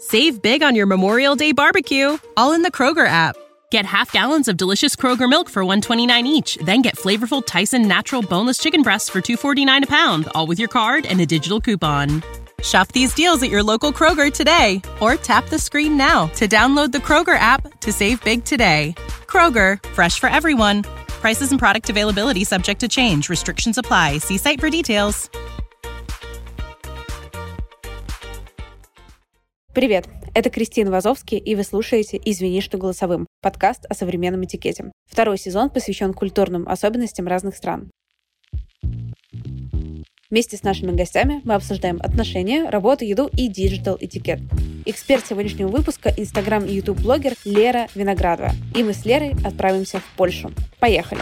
Save big on your Memorial Day barbecue, all in the Kroger app. Get half gallons of delicious Kroger milk for $1.29 each. Then get flavorful Tyson natural boneless chicken breasts for $2.49 a pound, all with your card and a digital coupon. Shop these deals at your local Kroger today, or tap the screen now to download the Kroger app to save big today. Kroger, fresh for everyone. Prices and product availability subject to change. Restrictions apply. See site for details. Привет, это Кристина Вазовский, и вы слушаете «Извини, что голосовым» — подкаст о современном этикете. Второй сезон посвящен культурным особенностям разных стран. Вместе с нашими гостями мы обсуждаем отношения, работу, еду и диджитал-этикет. Эксперт сегодняшнего выпуска — Инстаграм и Ютуб-блогер Лера Виноградова. И мы с Лерой отправимся в Польшу. Поехали!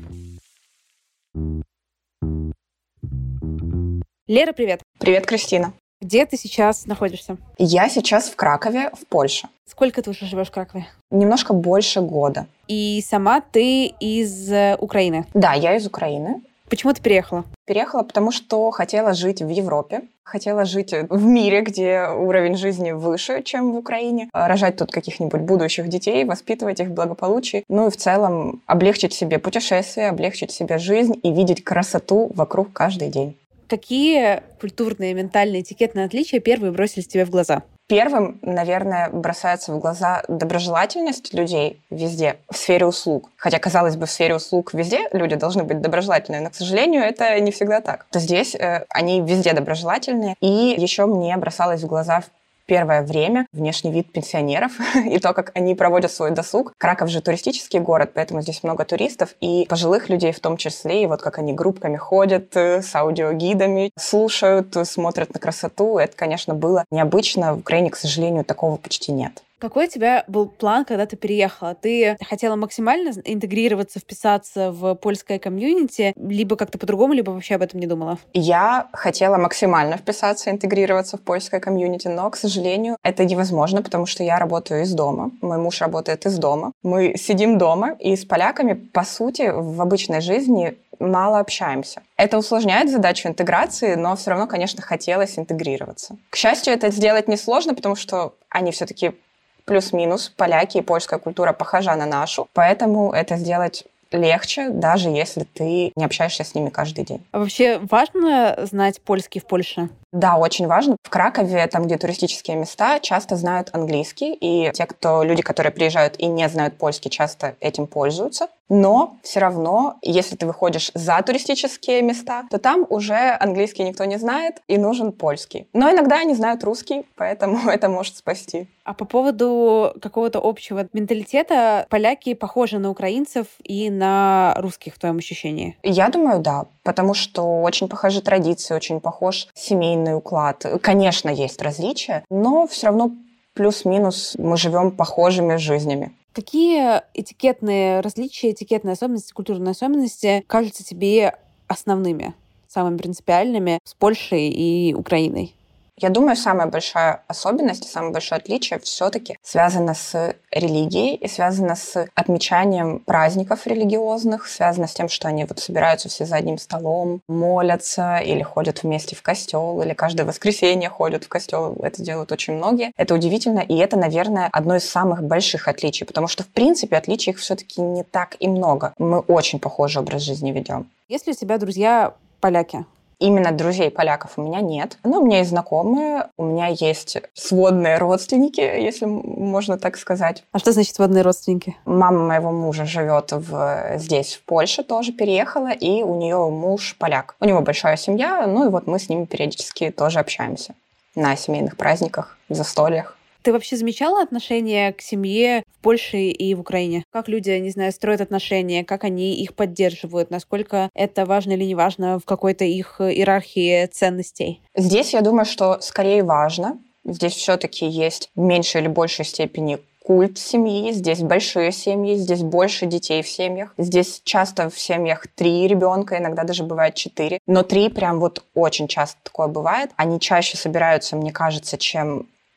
Лера, привет! Привет, Кристина. Где ты сейчас находишься? Я сейчас в Кракове, в Польше. Сколько ты уже живешь в Кракове? Немножко больше года. И сама ты из Украины? Да, я из Украины. Почему ты переехала? Переехала, потому что хотела жить в Европе, хотела жить в мире, где уровень жизни выше, чем в Украине, рожать тут каких-нибудь будущих детей, воспитывать их в благополучии, ну и в целом облегчить себе путешествия, облегчить себе жизнь и видеть красоту вокруг каждый день. Какие культурные, ментальные, этикетные отличия первые бросились тебе в глаза? Первым, наверное, бросается в глаза доброжелательность людей везде, в сфере услуг. Хотя, казалось бы, в сфере услуг везде люди должны быть доброжелательные, но, к сожалению, это не всегда так. То здесь они везде доброжелательные. И еще мне бросалось в глаза первое время внешний вид пенсионеров и то, как они проводят свой досуг. Краков же туристический город, поэтому здесь много туристов и пожилых людей в том числе. И вот как они группками ходят с аудиогидами, слушают, смотрят на красоту. Это, конечно, было необычно. В Украине, к сожалению, такого почти нет. Какой у тебя был план, когда ты переехала? Ты хотела максимально интегрироваться, вписаться в польское комьюнити, либо как-то по-другому, либо вообще об этом не думала? Я хотела максимально вписаться, интегрироваться в польское комьюнити, но, к сожалению, это невозможно, потому что я работаю из дома. Мой муж работает из дома. Мы сидим дома, и с поляками, по сути, в обычной жизни мало общаемся. Это усложняет задачу интеграции, но все равно, конечно, хотелось интегрироваться. К счастью, это сделать несложно, потому что они все-таки плюс-минус, поляки и польская культура похожа на нашу, поэтому это сделать легче, даже если ты не общаешься с ними каждый день. А вообще важно знать польский в Польше? Да, очень важно. В Кракове, там, где туристические места, часто знают английский, и люди, которые приезжают и не знают польский, часто этим пользуются. Но все равно, если ты выходишь за туристические места, то там уже английский никто не знает, и нужен польский. Но иногда они знают русский, поэтому это может спасти. А по поводу какого-то общего менталитета, поляки похожи на украинцев и на русских в твоем ощущении? Я думаю, да, потому что очень похожи традиции, очень похож семейный уклад. Конечно, есть различия, но все равно плюс-минус мы живем похожими жизнями. Какие этикетные различия, этикетные особенности, культурные особенности кажутся тебе основными, самыми принципиальными с Польшей и Украиной? Я думаю, самая большая особенность, самое большое отличие все-таки связано с религией и связано с отмечанием праздников религиозных, связано с тем, что они вот собираются все за одним столом, молятся или ходят вместе в костел, или каждое воскресенье ходят в костел. Это делают очень многие. Это удивительно, и это, наверное, одно из самых больших отличий, потому что, в принципе, отличий их все-таки не так и много. Мы очень похожий образ жизни ведем. Есть ли у тебя друзья поляки? Именно друзей поляков у меня нет. Но у меня есть знакомые, у меня есть сводные родственники, если можно так сказать. А что значит сводные родственники? Мама моего мужа живет здесь, в Польше, тоже переехала, и у нее муж поляк. У него большая семья, ну и вот мы с ними периодически тоже общаемся на семейных праздниках, застольях. Ты вообще замечала отношение к семье в Польше и в Украине? Как люди, не знаю, строят отношения, как они их поддерживают, насколько это важно или не важно в какой-то их иерархии ценностей? Здесь, я думаю, что скорее важно. Здесь все-таки есть в меньшей или большей степени культ семьи, здесь большие семьи, здесь больше детей в семьях. Здесь часто в семьях 3 ребенка, иногда даже бывает 4. Но 3 прям вот очень часто такое бывает. Они чаще собираются, мне кажется, чем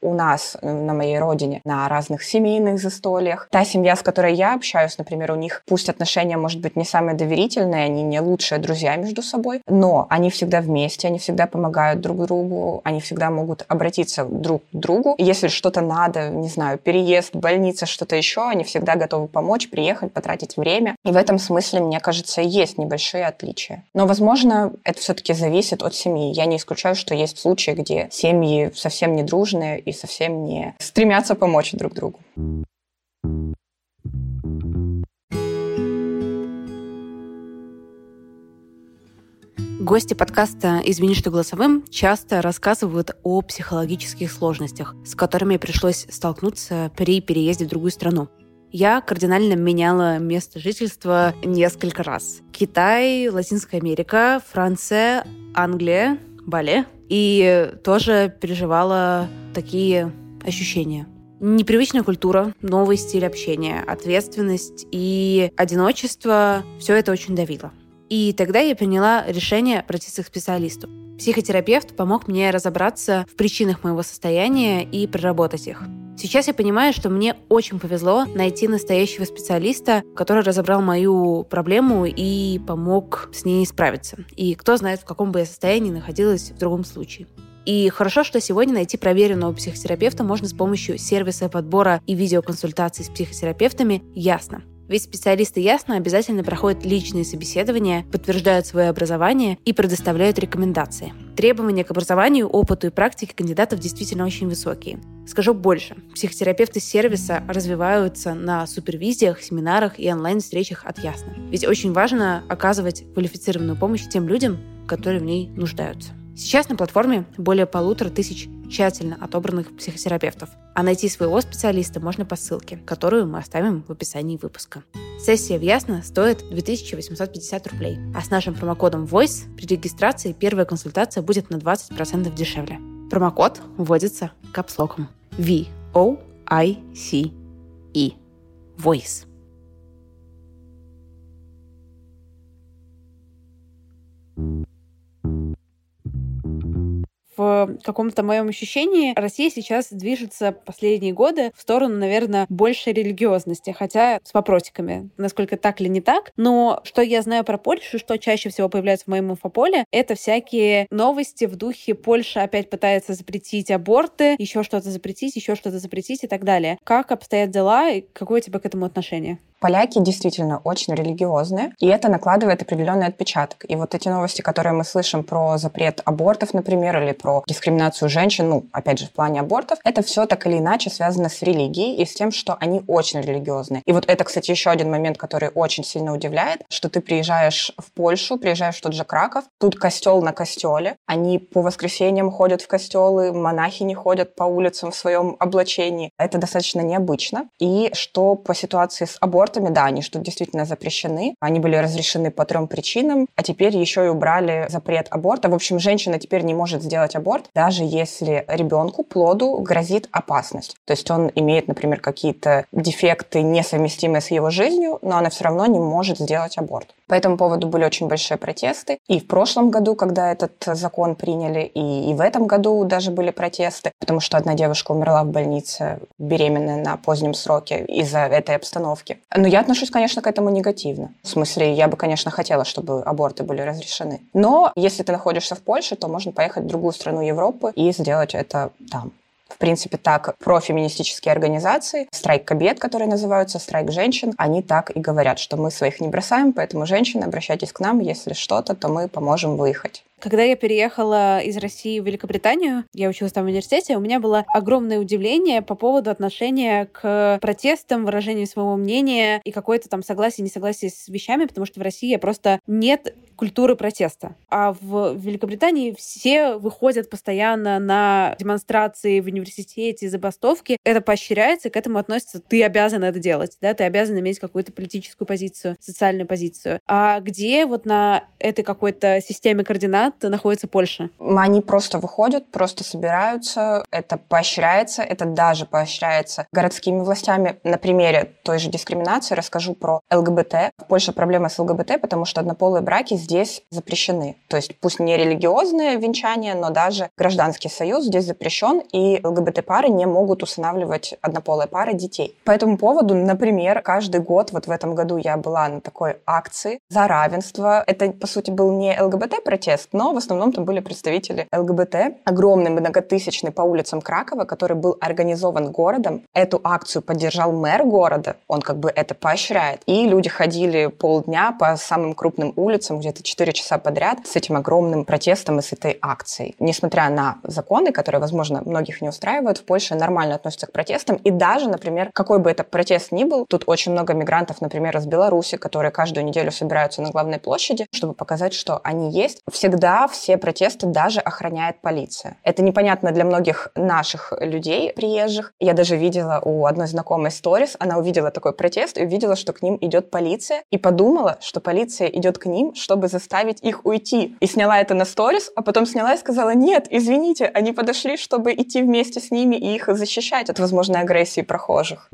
у нас на моей родине на разных семейных застольях. Та семья, с которой я общаюсь, например, у них пусть отношения, может быть, не самые доверительные, они не лучшие друзья между собой, но они всегда вместе, они всегда помогают друг другу, они всегда могут обратиться друг к другу. Если что-то надо, не знаю, переезд, больница, что-то еще, они всегда готовы помочь, приехать, потратить время. И в этом смысле, мне кажется, есть небольшие отличия. Но, возможно, это все-таки зависит от семьи. Я не исключаю, что есть случаи, где семьи совсем не дружные и совсем не стремятся помочь друг другу. Гости подкаста «Извини, что голосовым» часто рассказывают о психологических сложностях, с которыми пришлось столкнуться при переезде в другую страну. Я кардинально меняла место жительства несколько раз. Китай, Латинская Америка, Франция, Англия, Бали. И тоже переживала такие ощущения. Непривычная культура, новый стиль общения, ответственность и одиночество – все это очень давило. И тогда я приняла решение обратиться к специалисту. Психотерапевт помог мне разобраться в причинах моего состояния и проработать их. Сейчас я понимаю, что мне очень повезло найти настоящего специалиста, который разобрал мою проблему и помог с ней справиться. И кто знает, в каком бы я состоянии находилась в другом случае. И хорошо, что сегодня найти проверенного психотерапевта можно с помощью сервиса подбора и видеоконсультаций с психотерапевтами «Ясно». Ведь специалисты «Ясно» обязательно проходят личные собеседования, подтверждают свое образование и предоставляют рекомендации. Требования к образованию, опыту и практике кандидатов действительно очень высокие. Скажу больше. Психотерапевты сервиса развиваются на супервизиях, семинарах и онлайн-встречах от «Ясно». Ведь очень важно оказывать квалифицированную помощь тем людям, которые в ней нуждаются. Сейчас на платформе более 1500 тщательно отобранных психотерапевтов, а найти своего специалиста можно по ссылке, которую мы оставим в описании выпуска. Сессия в «Ясно» стоит 2850 рублей, а с нашим промокодом VOICE при регистрации первая консультация будет на 20% дешевле. Промокод вводится капслоком VOICE. VOICE. В каком-то моем ощущении Россия сейчас движется последние годы в сторону, наверное, большей религиозности, хотя с вопросиками, насколько так или не так. Но что я знаю про Польшу, что чаще всего появляется в моем инфополе, это всякие новости в духе «Польша опять пытается запретить аборты», еще что-то запретить и так далее. Как обстоят дела и какое у тебя к этому отношение? Поляки действительно очень религиозные, и это накладывает определенный отпечаток. И вот эти новости, которые мы слышим про запрет абортов, например, или про дискриминацию женщин, опять же, в плане абортов, это все так или иначе связано с религией и с тем, что они очень религиозные. И вот это, кстати, еще один момент, который очень сильно удивляет, что ты приезжаешь в Польшу, приезжаешь в тот же Краков, тут костел на костеле, они по воскресеньям ходят в костелы, монахини ходят по улицам в своем облачении. Это достаточно необычно. И что по ситуации с абортом, да, они что действительно запрещены. Они были разрешены по 3 причинам, а теперь еще и убрали запрет аборта. В общем, женщина теперь не может сделать аборт, даже если ребенку, плоду, грозит опасность. То есть он имеет, например, какие-то дефекты, несовместимые с его жизнью, но она все равно не может сделать аборт. По этому поводу были очень большие протесты. И в прошлом году, когда этот закон приняли, и в этом году даже были протесты, потому что одна девушка умерла в больнице, беременная на позднем сроке из-за этой обстановки. Но я отношусь, конечно, к этому негативно. В смысле, я бы, конечно, хотела, чтобы аборты были разрешены. Но если ты находишься в Польше, то можно поехать в другую страну Европы и сделать это там. В принципе, так профеминистические организации, страйк Кобет, которые называются, страйк женщин, они так и говорят, что мы своих не бросаем, поэтому, женщины, обращайтесь к нам, если что-то, то мы поможем выехать. Когда я переехала из России в Великобританию, я училась там в университете, у меня было огромное удивление по поводу отношения к протестам, выражению своего мнения и какое-то там согласие, несогласие с вещами, потому что в России просто нет культуры протеста. А в Великобритании все выходят постоянно на демонстрации в университете, забастовки. Это поощряется, к этому относится. Ты обязан это делать, да, ты обязан иметь какую-то политическую позицию, социальную позицию. А где вот на этой какой-то системе координат находится Польша? Они просто выходят, просто собираются, это поощряется, это даже поощряется городскими властями. На примере той же дискриминации расскажу про ЛГБТ. В Польше проблема с ЛГБТ, потому что однополые браки здесь запрещены. То есть пусть не религиозные венчания, но даже гражданский союз здесь запрещен, и ЛГБТ-пары не могут усыновливать однополые пары детей. По этому поводу, например, каждый год, вот в этом году я была на такой акции за равенство. Это, по сути, был не ЛГБТ-протест, но в основном там были представители ЛГБТ. Огромный, многотысячный по улицам Кракова, который был организован городом. Эту акцию поддержал мэр города, он как бы это поощряет. И люди ходили полдня по самым крупным улицам, где-то 4 часа подряд, с этим огромным протестом и с этой акцией. Несмотря на законы, которые, возможно, многих не устраивают, в Польше нормально относятся к протестам. И даже, например, какой бы это протест ни был, тут очень много мигрантов, например, из Беларуси, которые каждую неделю собираются на главной площади, чтобы показать, что они есть. Всегда все протесты даже охраняет полиция. Это непонятно для многих наших людей, приезжих. Я даже видела у одной знакомой сторис, она увидела такой протест и увидела, что к ним идет полиция, и подумала, что полиция идет к ним, чтобы заставить их уйти. И сняла это на сторис, а потом сняла и сказала: нет, извините, они подошли, чтобы идти вместе с ними и их защищать от возможной агрессии прохожих.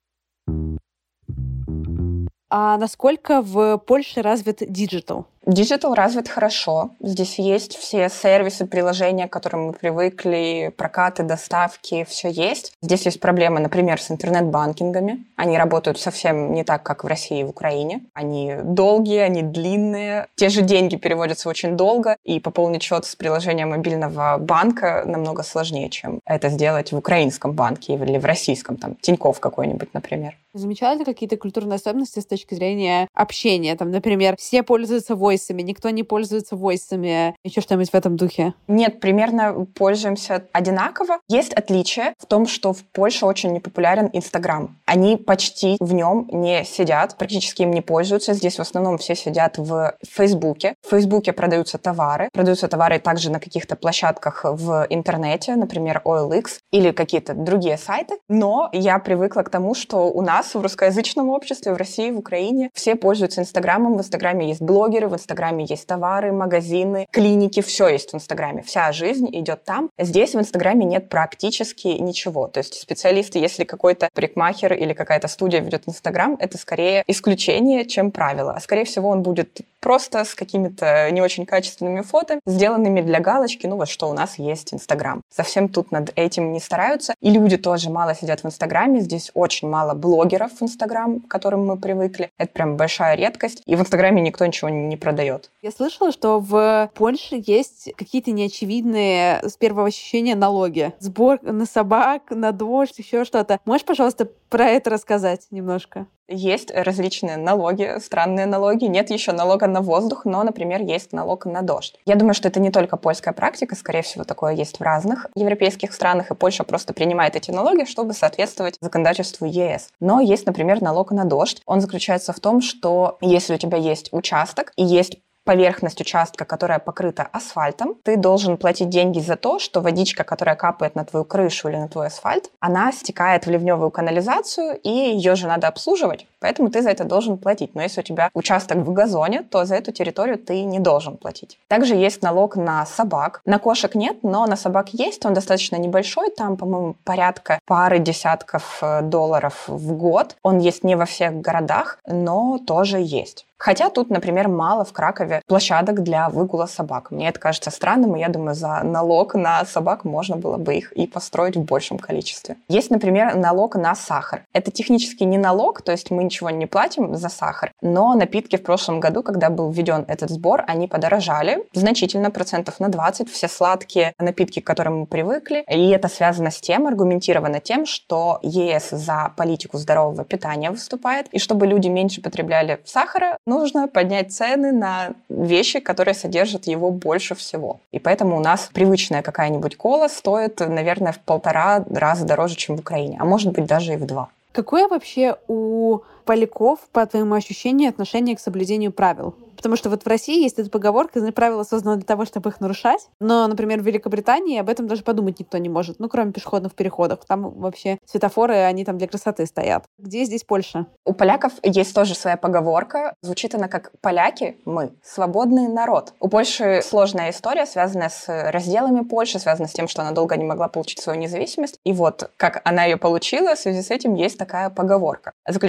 А насколько в Польше развит диджитал? Диджитал развит хорошо. Здесь есть все сервисы, приложения, к которым мы привыкли, прокаты, доставки, все есть. Здесь есть проблемы, например, с интернет-банкингами. Они работают совсем не так, как в России и в Украине. Они долгие, они длинные. Те же деньги переводятся очень долго, и пополнить счет с приложения мобильного банка намного сложнее, чем это сделать в украинском банке или в российском, там, Тинькофф какой-нибудь, например. Замечали ли какие-то культурные особенности с точки зрения общения? Там, например, все пользуются войсами, никто не пользуется войсами, еще что-нибудь в этом духе? Нет, примерно пользуемся одинаково. Есть отличие в том, что в Польше очень непопулярен Инстаграм. Они почти в нем не сидят, практически им не пользуются. Здесь в основном все сидят в Фейсбуке. В Фейсбуке продаются товары также на каких-то площадках в интернете, например, OLX или какие-то другие сайты. Но я привыкла к тому, что у нас в русскоязычном обществе, в России, в Украине все пользуются Инстаграмом. В Инстаграме есть блогеры, в Инстаграме есть товары, магазины, клиники, все есть в Инстаграме. Вся жизнь идет там. Здесь в Инстаграме нет практически ничего. То есть специалисты, если какой-то парикмахер или какая-то студия ведет Инстаграм, это скорее исключение, чем правило. А скорее всего он будет просто с какими-то не очень качественными фото, сделанными для галочки, ну вот что у нас есть Инстаграм. Совсем тут над этим не стараются. И люди тоже мало сидят в Инстаграме. Здесь очень мало блогеров в Инстаграм, к которым мы привыкли. Это прям большая редкость. И в Инстаграме никто ничего не продает. Я слышала, что в Польше есть какие-то неочевидные с первого ощущения налоги. Сбор на собак, на дождь, еще что-то. Можешь, пожалуйста, про это рассказать немножко? Есть различные налоги, странные налоги. Нет еще налога на воздух, но, например, есть налог на дождь. Я думаю, что это не только польская практика, скорее всего, такое есть в разных европейских странах, и Польша просто принимает эти налоги, чтобы соответствовать законодательству ЕС. Но есть, например, налог на дождь. Он заключается в том, что если у тебя есть участок и есть поверхность участка, которая покрыта асфальтом, ты должен платить деньги за то, что водичка, которая капает на твою крышу или на твой асфальт, она стекает в ливневую канализацию, и ее же надо обслуживать, поэтому ты за это должен платить. Но если у тебя участок в газоне, то за эту территорию ты не должен платить. Также есть налог на собак. На кошек нет, но на собак есть. Он достаточно небольшой, там, по-моему, порядка пары десятков долларов в год. Он есть не во всех городах, но тоже есть. Хотя тут, например, мало в Кракове площадок для выгула собак. Мне это кажется странным, и я думаю, за налог на собак можно было бы их и построить в большем количестве. Есть, например, налог на сахар. Это технически не налог, то есть мы ничего не платим за сахар, но напитки в прошлом году, когда был введен этот сбор, они подорожали значительно, процентов на 20. Все сладкие напитки, к которым мы привыкли. И это связано с тем, аргументировано тем, что ЕС за политику здорового питания выступает, и чтобы люди меньше потребляли сахара, нужно поднять цены на вещи, которые содержат его больше всего. И поэтому у нас привычная какая-нибудь кола стоит, наверное, в 1,5 раза дороже, чем в Украине, а может быть даже и в 2. Какое вообще у поляков, по твоему ощущению, отношение к соблюдению правил? Потому что вот в России есть эта поговорка: правила созданы для того, чтобы их нарушать. Но, например, в Великобритании об этом даже подумать никто не может. Ну, кроме пешеходных переходов. Там вообще светофоры, они там для красоты стоят. Где здесь Польша? У поляков есть тоже своя поговорка. Звучит она как: «Поляки, мы свободный народ». У Польши сложная история, связанная с разделами Польши, связанная с тем, что она долго не могла получить свою независимость. И вот, как она ее получила, в связи с этим есть такая поговорка. Заключается эта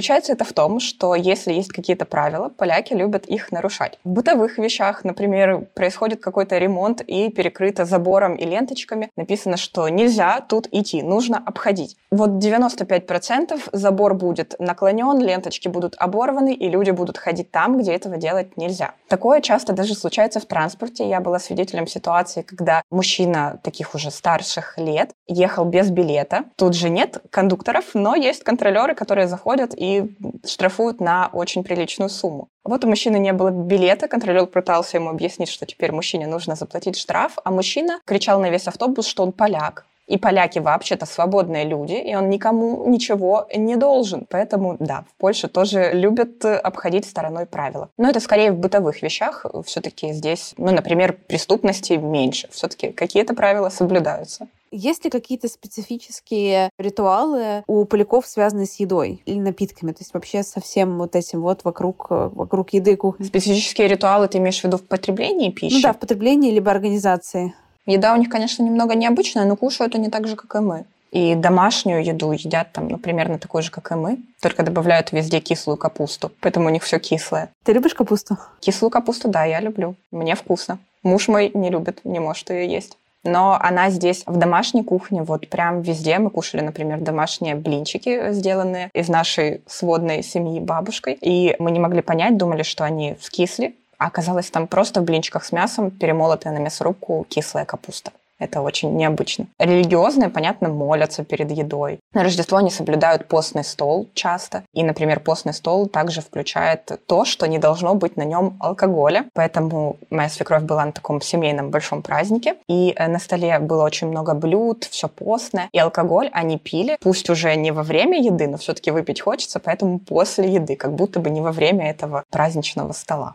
это в том, что если есть какие-то правила, поляки любят их нарушать. В бытовых вещах, например, происходит какой-то ремонт и перекрыто забором и ленточками, написано, что нельзя тут идти, нужно обходить. Вот 95% забор будет наклонен, ленточки будут оборваны, и люди будут ходить там, где этого делать нельзя. Такое часто даже случается в транспорте. Я была свидетелем ситуации, когда мужчина таких уже старших лет ехал без билета. Тут же нет кондукторов, но есть контролеры, которые заходят и штрафуют на очень приличную сумму. Вот у мужчины не было билета, контролер пытался ему объяснить, что теперь мужчине нужно заплатить штраф, а мужчина кричал на весь автобус, что он поляк. И поляки вообще-то свободные люди, и он никому ничего не должен. Поэтому, да, в Польше тоже любят обходить стороной правила. Но это скорее в бытовых вещах. Все-таки здесь, например, преступности меньше. Все-таки какие-то правила соблюдаются. Есть ли какие-то специфические ритуалы у поляков, связанные с едой или напитками? То есть вообще со всем вот этим вот вокруг еды и кухни? Специфические ритуалы ты имеешь в виду в потреблении пищи? Ну да, в потреблении либо организации. Еда у них, конечно, немного необычная, но кушают они так же, как и мы. И домашнюю еду едят примерно такой же, как и мы, только добавляют везде кислую капусту, поэтому у них все кислое. Ты любишь капусту? Кислую капусту, да, я люблю. Мне вкусно. Муж мой не любит, не может ее есть. Но она здесь в домашней кухне, вот прям везде. Мы кушали, например, домашние блинчики, сделанные из нашей сводной семьи бабушкой. И мы не могли понять, думали, что они скисли. А оказалось, там просто в блинчиках с мясом перемолотая на мясорубку кислая капуста. Это очень необычно. Религиозные, понятно, молятся перед едой. На Рождество они соблюдают постный стол часто. И, например, постный стол также включает то, что не должно быть на нем алкоголя. Поэтому моя свекровь была на таком семейном большом празднике. И на столе было очень много блюд, все постное. И алкоголь они пили, пусть уже не во время еды, но все-таки выпить хочется, поэтому после еды, как будто бы не во время этого праздничного стола.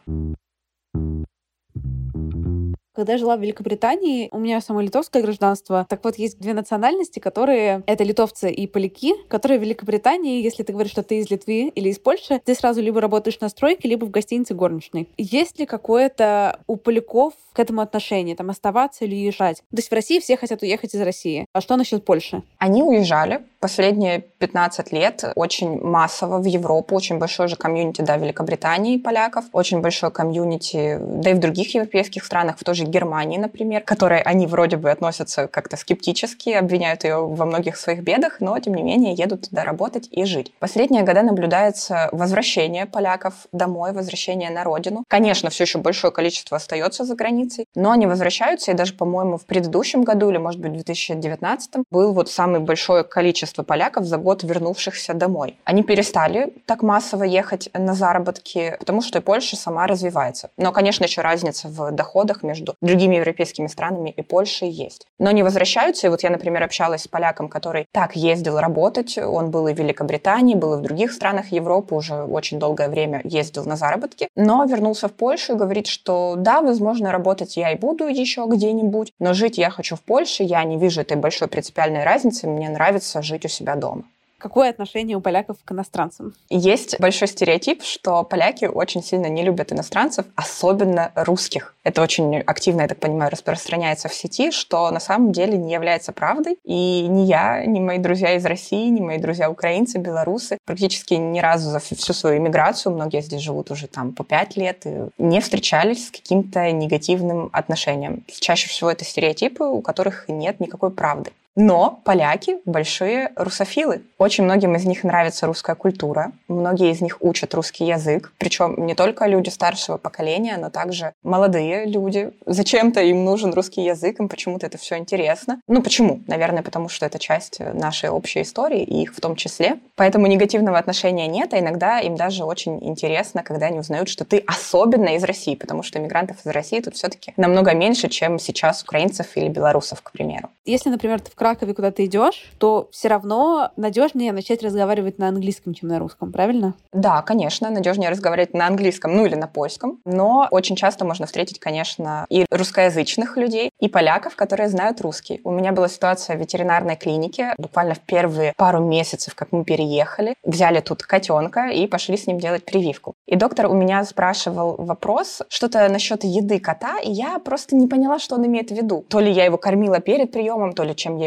Когда я жила в Великобритании, у меня само литовское гражданство. Так вот, есть две национальности, которые... Это литовцы и поляки, которые в Великобритании, если ты говоришь, что ты из Литвы или из Польши, ты сразу либо работаешь на стройке, либо в гостинице горничной. Есть ли какое-то у поляков к этому отношение? Там оставаться или уезжать? То есть в России все хотят уехать из России. А что насчет Польши? Они уезжали. Последние 15 лет очень массово в Европу. Очень большое же комьюнити, да, в Великобритании поляков. Очень большое комьюнити, да и в других европейских странах, в той же Германии, например, к которой они вроде бы относятся как-то скептически, обвиняют ее во многих своих бедах, но, тем не менее, едут туда работать и жить. Последние годы наблюдается возвращение поляков домой, возвращение на родину. Конечно, все еще большое количество остается за границей, но они возвращаются, и даже, по-моему, в предыдущем году, или, может быть, в 2019, был вот самое большое количество поляков за год вернувшихся домой. Они перестали так массово ехать на заработки, потому что и Польша сама развивается. Но, конечно, еще разница в доходах между другими европейскими странами и Польшей есть. Но не возвращаются. И вот я, например, общалась с поляком, который так ездил работать. Он был и в Великобритании, был и в других странах Европы, уже очень долгое время ездил на заработки. Но вернулся в Польшу и говорит, что да, возможно, работать я и буду еще где-нибудь, но жить я хочу в Польше, я не вижу этой большой принципиальной разницы, мне нравится жить у себя дома. Какое отношение у поляков к иностранцам? Есть большой стереотип, что поляки очень сильно не любят иностранцев, особенно русских. Это очень активно, я так понимаю, распространяется в сети, что на самом деле не является правдой. И ни я, ни мои друзья из России, ни мои друзья украинцы, белорусы практически ни разу за всю свою иммиграцию, многие здесь живут уже там по 5 лет, и не встречались с каким-то негативным отношением. Чаще всего это стереотипы, у которых нет никакой правды. Но поляки — большие русофилы. Очень многим из них нравится русская культура. Многие из них учат русский язык. Причем не только люди старшего поколения, но также молодые люди. Зачем-то им нужен русский язык, им почему-то это все интересно. Почему? Наверное, потому что это часть нашей общей истории, и их в том числе. Поэтому негативного отношения нет, а иногда им даже очень интересно, когда они узнают, что ты особенно из России, потому что иммигрантов из России тут все-таки намного меньше, чем сейчас украинцев или белорусов, к примеру. Если, например, ты в Кракове куда ты идешь, то все равно надежнее начать разговаривать на английском, чем на русском, правильно? Да, конечно, надежнее разговаривать на английском, или на польском. Но очень часто можно встретить, конечно, и русскоязычных людей, и поляков, которые знают русский. У меня была ситуация в ветеринарной клинике. Буквально в первые пару месяцев, как мы переехали, взяли тут котенка и пошли с ним делать прививку. И доктор у меня спрашивал вопрос, что-то насчет еды кота, и я просто не поняла, что он имеет в виду. То ли я его кормила перед приемом, то ли чем я его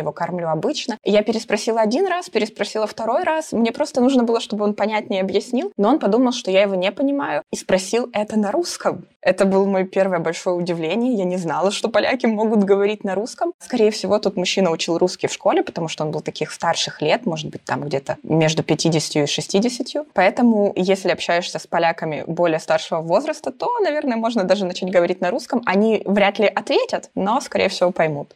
его кормлю обычно. Я переспросила 1 раз, переспросила 2 раз. Мне просто нужно было, чтобы он понятнее объяснил. Но он подумал, что я его не понимаю, и спросил это на русском. Это было мое первое большое удивление. Я не знала, что поляки могут говорить на русском. Скорее всего, тот мужчина учил русский в школе, потому что он был таких старших лет, может быть, там где-то между 50 и 60. Поэтому, если общаешься с поляками более старшего возраста, то, наверное, можно даже начать говорить на русском. Они вряд ли ответят, но, скорее всего, поймут.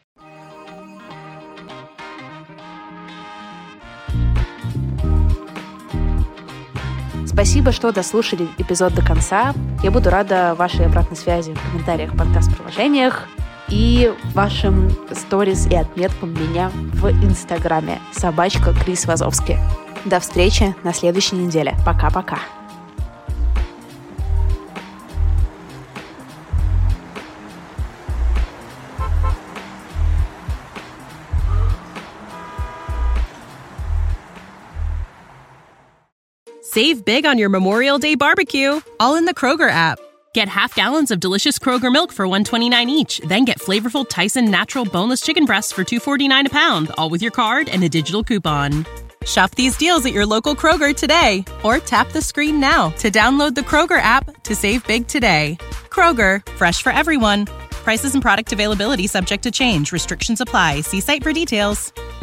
Спасибо, что дослушали эпизод до конца. Я буду рада вашей обратной связи в комментариях в подкаст-приложениях и вашим сторис и отметкам меня в Инстаграме @KrisVazovsky. До встречи на следующей неделе. Пока-пока. Save big on your Memorial Day barbecue, all in the Kroger app. Get half gallons of delicious Kroger milk for $1.29 each. Then get flavorful Tyson natural boneless chicken breasts for $2.49 a pound, all with your card and a digital coupon. Shop these deals at your local Kroger today, or tap the screen now to download the Kroger app to save big today. Kroger, fresh for everyone. Prices and product availability subject to change. Restrictions apply. See site for details.